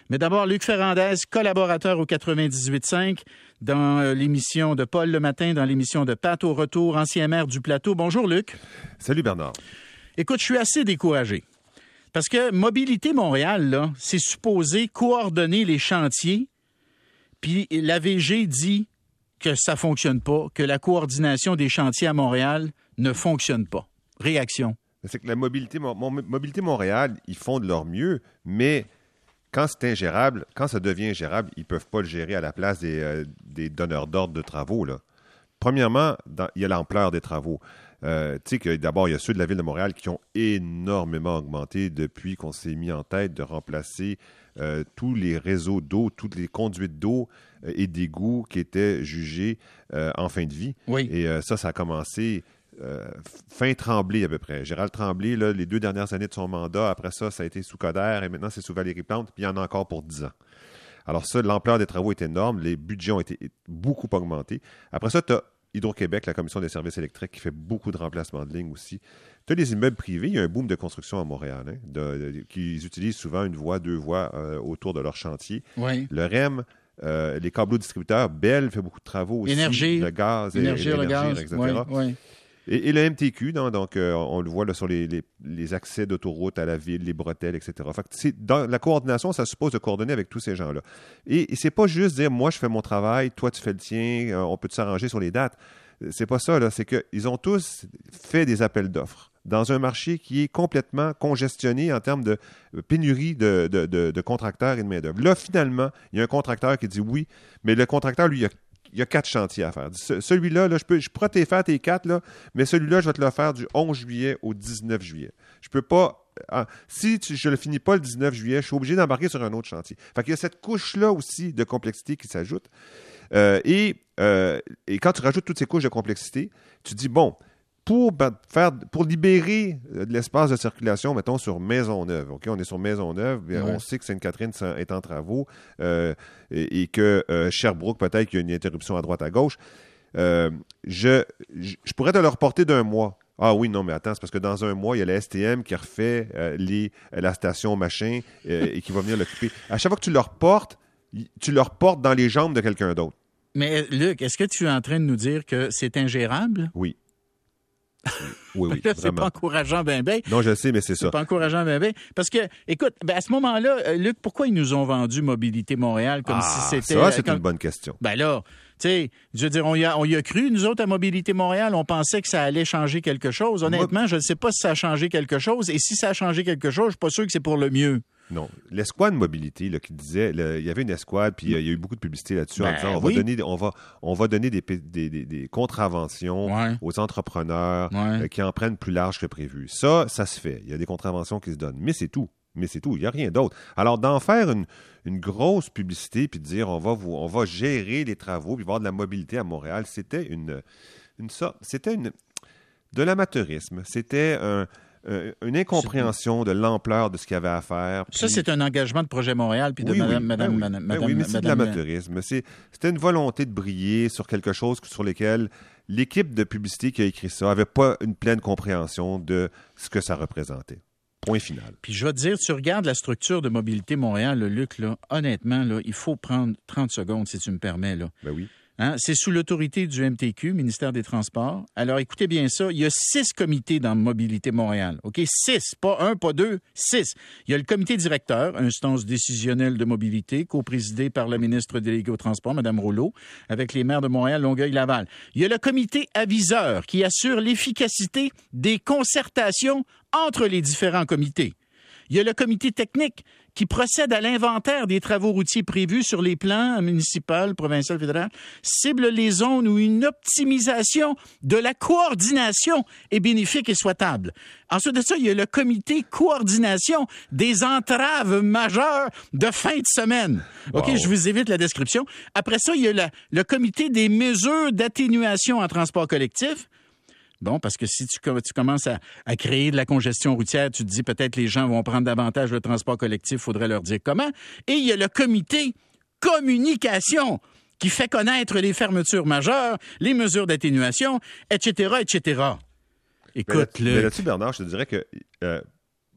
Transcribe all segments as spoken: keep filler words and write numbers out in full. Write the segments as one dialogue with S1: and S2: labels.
S1: Mais d'abord, Luc Ferrandez, collaborateur au quatre-vingt-dix-huit cinq, dans l'émission de Paul le matin, dans l'émission de Pat au retour, ancien maire du Plateau. Bonjour, Luc.
S2: Salut, Bernard.
S1: Écoute, je suis assez découragé. Parce que Mobilité Montréal, là, c'est supposé coordonner les chantiers, puis l'A V G dit que ça fonctionne pas, que la coordination des chantiers à Montréal ne fonctionne pas. Réaction?
S2: C'est que la Mobilité, Mobilité Montréal, ils font de leur mieux, mais quand c'est ingérable, quand ça devient ingérable, ils ne peuvent pas le gérer à la place des, euh, des donneurs d'ordre de travaux, là. Premièrement, dans, il y a l'ampleur des travaux. Euh, tu sais que d'abord, il y a ceux de la Ville de Montréal qui ont énormément augmenté depuis qu'on s'est mis en tête de remplacer euh, tous les réseaux d'eau, toutes les conduites d'eau euh, et d'égouts qui étaient jugés euh, en fin de vie.
S1: Oui.
S2: Et euh, ça, ça a commencé... Euh, fin Tremblay à peu près. Gérald Tremblay, là, les deux dernières années de son mandat, après ça, ça a été sous Coder et maintenant c'est sous Valérie Plante, puis il y en a encore pour dix ans. Alors ça, l'ampleur des travaux est énorme, les budgets ont été beaucoup augmentés. Après ça, tu as Hydro-Québec, la Commission des services électriques, qui fait beaucoup de remplacements de lignes aussi. Tu as les immeubles privés, il y a un boom de construction à Montréal, hein, de, de, qui utilisent souvent une voie, deux voies euh, autour de leur chantier.
S1: Oui.
S2: Le R E M, euh, les câbleaux distributeurs, Bell fait beaucoup de travaux aussi.
S1: Énergie.
S2: Le gaz,
S1: énergie,
S2: et,
S1: le gaz,
S2: et cetera.
S1: Oui, oui.
S2: Et, et le M T Q, non, donc euh, on le voit là, sur les, les, les accès d'autoroute à la ville, les bretelles, et cetera. Fait que c'est, dans la coordination, ça suppose de coordonner avec tous ces gens-là. Et, et c'est pas juste dire, moi, je fais mon travail, toi, tu fais le tien, euh, on peut s'arranger sur les dates. C'est pas ça, là. C'est qu'ils ont tous fait des appels d'offres dans un marché qui est complètement congestionné en termes de pénurie de, de, de, de contracteurs et de main-d'œuvre. Là, finalement, il y a un contracteur qui dit oui, mais le contracteur, lui, il a Il y a quatre chantiers à faire. Ce, celui-là, là, je, peux, je pourrais te faire tes quatre, là, mais celui-là, je vais te le faire du onze juillet au dix-neuf juillet. Je peux pas... Ah, si tu, je ne le finis pas le dix-neuf juillet, je suis obligé d'embarquer sur un autre chantier. Fait qu'il y a cette couche-là aussi de complexité qui s'ajoute. Euh, et, euh, et quand tu rajoutes toutes ces couches de complexité, tu dis, bon, pour, faire, pour libérer de l'espace de circulation, mettons, sur Maisonneuve, OK? On est sur Maisonneuve, bien,
S1: ouais.
S2: On sait que Sainte-Catherine est en travaux euh, et, et que euh, Sherbrooke, peut-être qu'il y a une interruption à droite, à gauche. Euh, je, je, je pourrais te le reporter d'un mois. Ah oui, non, mais attends, c'est parce que dans un mois, il y a la S T M qui refait euh, les, la station machin euh, et qui va venir l'occuper. À chaque fois que tu le reportes, tu le reportes dans les jambes de quelqu'un d'autre.
S1: Mais Luc, est-ce que tu es en train de nous dire que c'est ingérable?
S2: Oui. Oui, oui,
S1: là, c'est pas encourageant, ben, ben.
S2: Non, je sais, mais c'est, c'est ça.
S1: C'est pas encourageant, ben, ben. Parce que, écoute, ben, à ce moment-là, Luc, pourquoi ils nous ont vendu Mobilité Montréal comme
S2: ah,
S1: si c'était...
S2: ça, c'est
S1: comme...
S2: une bonne question.
S1: Ben là, tu sais, je veux dire, on y, a, on y a cru, nous autres, à Mobilité Montréal, on pensait que ça allait changer quelque chose. Honnêtement, Moi... je ne sais pas si ça a changé quelque chose. Et si ça a changé quelque chose, je suis pas sûr que c'est pour le mieux.
S2: Non. L'escouade mobilité, là, qui disait, là, il y avait une escouade, puis euh, il y a eu beaucoup de publicité là-dessus
S1: ben,
S2: en disant, on,
S1: oui.
S2: va donner, on, va, on va donner des, des, des, des contraventions
S1: ouais.
S2: aux entrepreneurs
S1: ouais.
S2: euh, qui en prennent plus large que prévu. Ça, ça se fait. Il y a des contraventions qui se donnent. Mais c'est tout. Mais c'est tout. Il n'y a rien d'autre. Alors, d'en faire une, une grosse publicité, puis de dire, on va, vous, on va gérer les travaux, puis avoir de la mobilité à Montréal, c'était une, une sorte, c'était une, de l'amateurisme. C'était un... une incompréhension de l'ampleur de ce qu'il y avait à faire.
S1: Puis... Ça, c'est un engagement de Projet Montréal puis de
S2: oui,
S1: Madame...
S2: Oui,
S1: Madame,
S2: ben oui.
S1: Madame,
S2: Ben oui, mais c'est
S1: Madame...
S2: de l'amateurisme. C'est, c'était une volonté de briller sur quelque chose sur lequel l'équipe de publicité qui a écrit ça n'avait pas une pleine compréhension de ce que ça représentait. Point final.
S1: Puis je vais te dire, tu regardes la structure de Mobilité Montréal, là, Luc, là, honnêtement, là, il faut prendre trente secondes, si tu me permets. Là.
S2: Ben oui.
S1: Hein? C'est sous l'autorité du M T Q, Ministère des Transports. Alors, écoutez bien ça. Il y a six comités dans Mobilité Montréal. OK? Six. Pas un, pas deux. Six. Il y a le comité directeur, instance décisionnelle de mobilité, coprésidé par la ministre déléguée au transport, Mme Rouleau, avec les maires de Montréal, Longueuil, Laval. Il y a le comité aviseur qui assure l'efficacité des concertations entre les différents comités. Il y a le comité technique qui procède à l'inventaire des travaux routiers prévus sur les plans municipal, provincial, fédéral, cible les zones où une optimisation de la coordination est bénéfique et souhaitable. Ensuite de ça, il y a le comité coordination des entraves majeures de fin de semaine. Wow. OK, je vous évite la description. Après ça, il y a la, le comité des mesures d'atténuation en transport collectif. Bon, parce que si tu, tu commences à, à créer de la congestion routière, tu te dis peut-être les gens vont prendre davantage le transport collectif, il faudrait leur dire comment. Et il y a le comité communication qui fait connaître les fermetures majeures, les mesures d'atténuation, et cetera, et cetera. Écoute,
S2: mais là,
S1: le...
S2: mais là-dessus, Bernard, je te dirais que euh,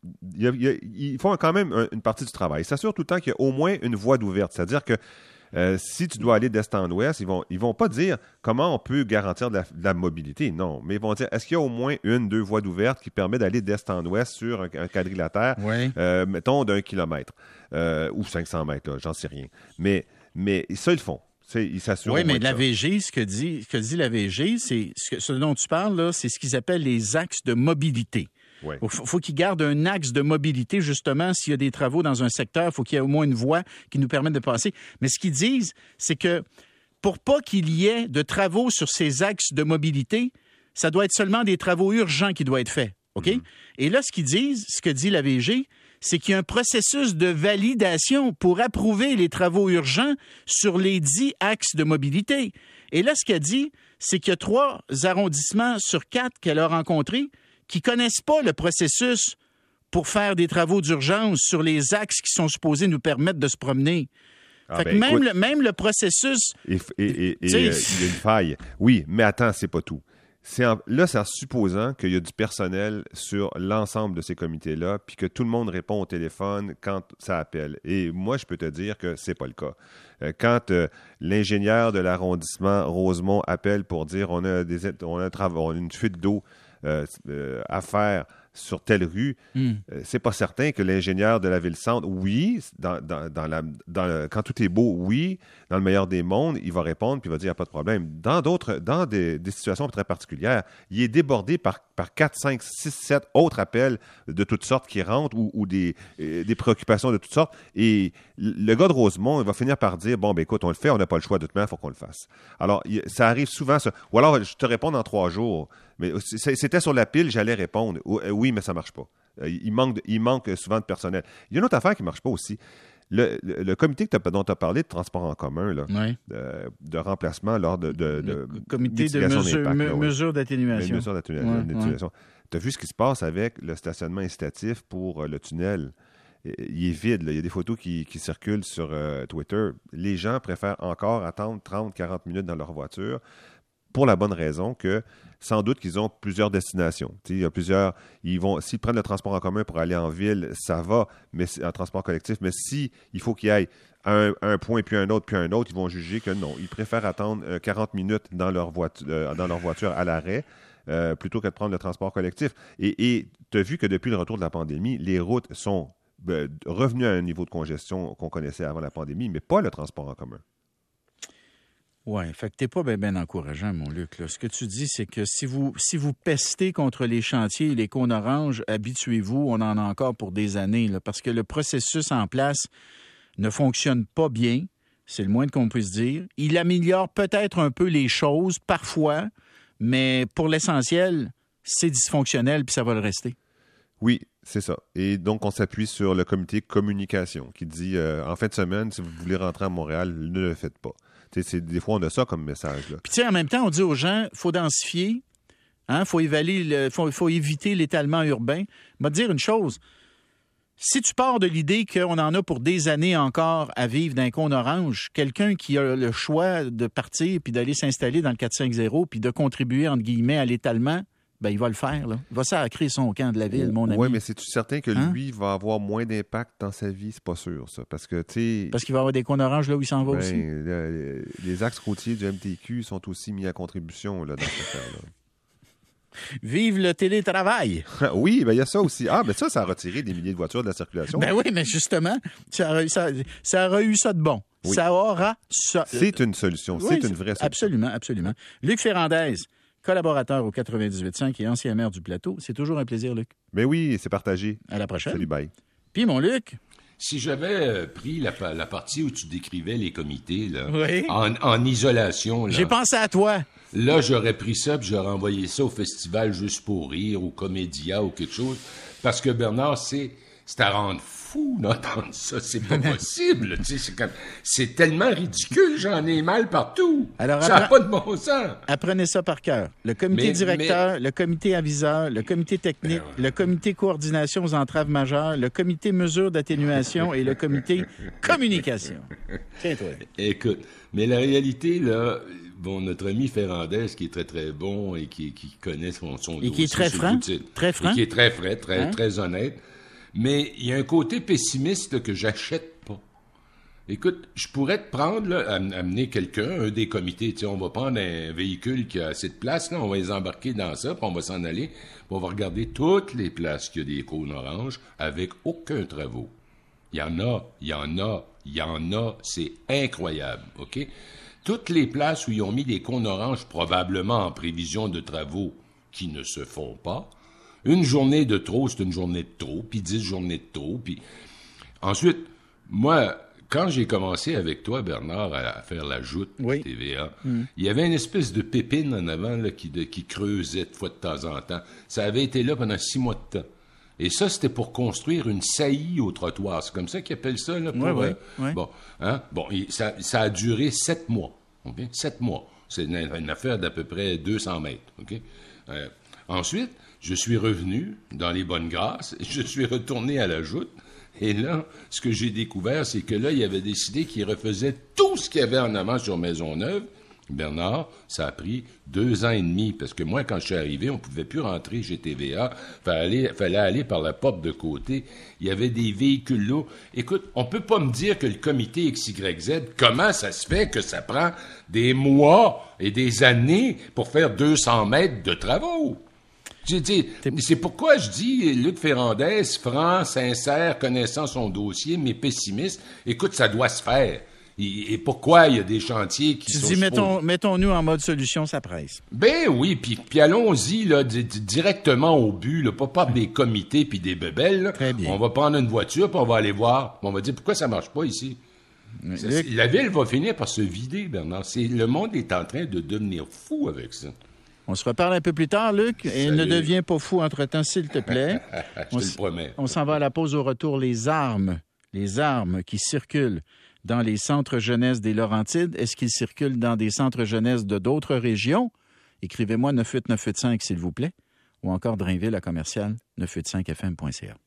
S2: il y a, il y a, ils font quand même un, une partie du travail. Ils s'assurent tout le temps qu'il y a au moins une voie d'ouverte. C'est-à-dire que euh, si tu dois aller d'est en ouest, ils vont, ils vont pas dire comment on peut garantir de la, de la mobilité. Non, mais ils vont dire est-ce qu'il y a au moins une, deux voies d'ouvertes qui permettent d'aller d'est en ouest sur un, un quadrilatère,
S1: oui.
S2: euh, mettons, d'un kilomètre euh, ou cinq cents mètres, là, j'en sais rien. Mais, mais ça, ils le font. C'est, ils s'assurent
S1: oui, mais
S2: de
S1: la
S2: ça.
S1: V G, ce que dit, ce que dit la V G, c'est ce, que, ce dont tu parles, là, c'est ce qu'ils appellent les axes de mobilité. Il
S2: Ouais.
S1: faut, faut qu'ils gardent un axe de mobilité, justement, s'il y a des travaux dans un secteur, il faut qu'il y ait au moins une voie qui nous permette de passer. Mais ce qu'ils disent, c'est que pour pas qu'il y ait de travaux sur ces axes de mobilité, ça doit être seulement des travaux urgents qui doivent être faits. OK? Mm-hmm. Et là, ce qu'ils disent, ce que dit la V G, c'est qu'il y a un processus de validation pour approuver les travaux urgents sur les dix axes de mobilité. Et là, ce qu'elle dit, c'est qu'il y a trois arrondissements sur quatre qu'elle a rencontrés qui ne connaissent pas le processus pour faire des travaux d'urgence sur les axes qui sont supposés nous permettre de se promener.
S2: Ah
S1: fait
S2: ben,
S1: que même,
S2: écoute,
S1: le, même le processus...
S2: Et, et, et, et euh, il y a une faille. Oui, mais attends, c'est pas tout. C'est en, là, c'est en supposant qu'il y a du personnel sur l'ensemble de ces comités-là, puis que tout le monde répond au téléphone quand ça appelle. Et moi, je peux te dire que c'est pas le cas. Euh, quand euh, l'ingénieur de l'arrondissement Rosemont appelle pour dire on a des on a, un travail, on a une fuite d'eau euh, euh, à faire sur telle rue, mm. euh, c'est pas certain que l'ingénieur de la ville-centre, oui, dans, dans, dans la, dans le, quand tout est beau, oui, dans le meilleur des mondes, il va répondre puis il va dire il n'y a pas de problème. Dans d'autres, dans des, des situations très particulières, il est débordé par, par quatre, cinq, six, sept autres appels de toutes sortes qui rentrent ou, ou des, euh, des préoccupations de toutes sortes. Et le gars de Rosemont, il va finir par dire bon, ben écoute, on le fait, on n'a pas le choix, de toute manière, il faut qu'on le fasse. Alors, il, ça arrive souvent, ça. Ou alors, je te réponds dans trois jours. Mais c'était sur la pile, j'allais répondre. Oui, mais ça ne marche pas. Il manque, il manque souvent de personnel. Il y a une autre affaire qui ne marche pas aussi. Le, le, le comité que dont tu as parlé de transport en commun, là,
S1: oui.
S2: de, de remplacement lors de, de, de
S1: le comité de mesure,
S2: d'impact,
S1: me,
S2: là,
S1: mesure d'atténuation.
S2: Mesure d'atténuation.
S1: Ouais,
S2: tu as vu ce qui se passe avec le stationnement incitatif pour le tunnel. Il est vide. Là. Il y a des photos qui, qui circulent sur euh, Twitter. Les gens préfèrent encore attendre trente à quarante minutes dans leur voiture pour la bonne raison que sans doute qu'ils ont plusieurs destinations. T'sais, il y a plusieurs. Ils vont, s'ils prennent le transport en commun pour aller en ville, ça va, mais en transport collectif. Mais si il faut qu'ils aillent à un, un point, puis un autre, puis un autre, ils vont juger que non. Ils préfèrent attendre euh, quarante minutes dans leur, voiture, euh, dans leur voiture à l'arrêt euh, plutôt que de prendre le transport collectif. Et tu as vu que depuis le retour de la pandémie, les routes sont euh, revenues à un niveau de congestion qu'on connaissait avant la pandémie, mais pas le transport en commun.
S1: Oui, fait que t'es pas bien ben encourageant, mon Luc. Là. Ce que tu dis, c'est que si vous si vous pestez contre les chantiers et les cônes oranges, habituez-vous, on en a encore pour des années, là, parce que le processus en place ne fonctionne pas bien, c'est le moins qu'on puisse dire. Il améliore peut-être un peu les choses, parfois, mais pour l'essentiel, c'est dysfonctionnel, puis ça va le rester.
S2: Oui, c'est ça. Et donc, on s'appuie sur le comité communication qui dit, euh, en fin de semaine, si vous voulez rentrer à Montréal, ne le faites pas. C'est, des fois, on a ça comme message. Là.
S1: Puis, tu sais, en même temps, on dit aux gens, il faut densifier, il hein, faut, faut, faut éviter l'étalement urbain. Je vais te dire une chose. Si tu pars de l'idée qu'on en a pour des années encore à vivre d'un cône orange, quelqu'un qui a le choix de partir puis d'aller s'installer dans le quatre cent cinquante puis de contribuer, entre guillemets, à l'étalement, ben il va le faire. Là. Il va sacrer son camp de la ville, mon ami.
S2: Oui, mais c'est-tu certain que
S1: hein?
S2: lui va avoir moins d'impact dans sa vie? C'est pas sûr, ça. Parce que, tu sais...
S1: Parce qu'il va avoir des cônes oranges là où il s'en va
S2: ben,
S1: aussi.
S2: Le, les axes routiers du M T Q sont aussi mis à contribution là, dans cette affaire-là.
S1: Vive le télétravail!
S2: Oui, ben il y a ça aussi. Ah, mais ça, ça a retiré des milliers de voitures de la circulation.
S1: Ben oui, mais justement, ça aura, ça, ça aura eu ça de bon. Oui. Ça aura ça.
S2: C'est une solution. Oui, c'est une vraie solution.
S1: Absolument, absolument. Luc Ferrandez, collaborateur au quatre-vingt-dix-huit virgule cinq et ancien maire du Plateau. C'est toujours un plaisir, Luc.
S2: Ben oui, c'est partagé.
S1: À la prochaine.
S2: Salut, bye.
S1: Puis, mon Luc...
S3: Si j'avais pris la, la partie où tu décrivais les comités là,
S1: oui.
S3: en, en isolation... Là,
S1: j'ai pensé à toi.
S3: Là, j'aurais pris ça puis j'aurais envoyé ça au festival Juste pour rire, au Comédia ou quelque chose. Parce que Bernard, c'est, c'est à rendre fou d'entendre ça. C'est pas possible. Tu sais, c'est, comme, c'est tellement ridicule. J'en ai mal partout. Alors, ça n'a appre- pas de bon sens.
S1: Apprenez ça par cœur. Le comité mais, directeur, mais... le comité aviseur, le comité technique, ben ouais. le comité coordination aux entraves majeures, le comité mesure d'atténuation et le comité communication. Tiens-toi.
S3: Écoute, mais la réalité, là... Bon, notre ami Ferrandez, qui est très, très bon et qui, qui connaît son, son
S1: et dossier. Et qui est très franc, très franc.
S3: Et qui est très franc, très, hein? très honnête. Mais il y a un côté pessimiste là, que j'achète pas. Écoute, je pourrais te prendre, là, amener quelqu'un, un des comités, tu sais, on va prendre un véhicule qui a assez de place, là, on va les embarquer dans ça, puis on va s'en aller, puis on va regarder toutes les places qui ont des cônes oranges avec aucun travaux. Il y en a, il y en a, il y en a, c'est incroyable, OK? Toutes les places où ils ont mis des cônes oranges, probablement en prévision de travaux qui ne se font pas, une journée de trop, c'est une journée de trop, puis dix journées de trop, puis... Ensuite, moi... Quand j'ai commencé avec toi, Bernard, à faire la joute
S1: oui.
S3: T V A,
S1: mm.
S3: il y avait une espèce de pépine en avant là, qui, de, qui creusait de fois de temps en temps. Ça avait été là pendant six mois de temps. Et ça, c'était pour construire une saillie au trottoir. C'est comme ça qu'ils appellent ça, là, pour...
S1: Oui, oui,
S3: euh,
S1: oui.
S3: Bon, hein? Bon, ça, ça a duré sept mois. Okay? Sept mois. C'est une, une affaire d'à peu près deux cents mètres. Okay? Euh, ensuite, je suis revenu dans les bonnes grâces. Je suis retourné à la joute. Et là, ce que j'ai découvert, c'est que là, il avait décidé qu'il refaisait tout ce qu'il y avait en avant sur Maisonneuve. Bernard, ça a pris deux ans et demi, parce que moi, quand je suis arrivé, on ne pouvait plus rentrer chez T V A. Fallait aller, fallait aller par la porte de côté. Il y avait des véhicules là. Écoute, on peut pas me dire que le comité X Y Z, comment ça se fait que ça prend des mois et des années pour faire deux cents mètres de travaux? J'ai dit, c'est pourquoi je dis, Luc Ferrandez, franc, sincère, connaissant son dossier, mais pessimiste, écoute, ça doit se faire. Et, et pourquoi il y a des chantiers qui
S1: tu
S3: sont...
S1: Tu dis, mettons, mettons-nous en mode solution, ça presse.
S3: Ben oui, puis, puis allons-y là, d- d- directement au but, là, pas par des comités puis des bebelles. Là.
S1: Très bien.
S3: On va prendre une voiture, puis on va aller voir. On va dire, pourquoi ça marche pas ici? Ça,
S1: Luc...
S3: La ville va finir par se vider, Bernard. C'est, le monde est en train de devenir fou avec ça.
S1: On se reparle un peu plus tard, Luc, et
S3: Salut.
S1: ne deviens pas fou entre-temps, s'il te plaît.
S3: Je te le promets.
S1: On s'en va à la pause. Au retour. Les armes, les armes qui circulent dans les centres jeunesse des Laurentides, est-ce qu'ils circulent dans des centres jeunesse de d'autres régions? Écrivez-moi neuf huit neuf huit cinq, s'il vous plaît, ou encore Drainville à commercial neuf huit cinq f m point c a.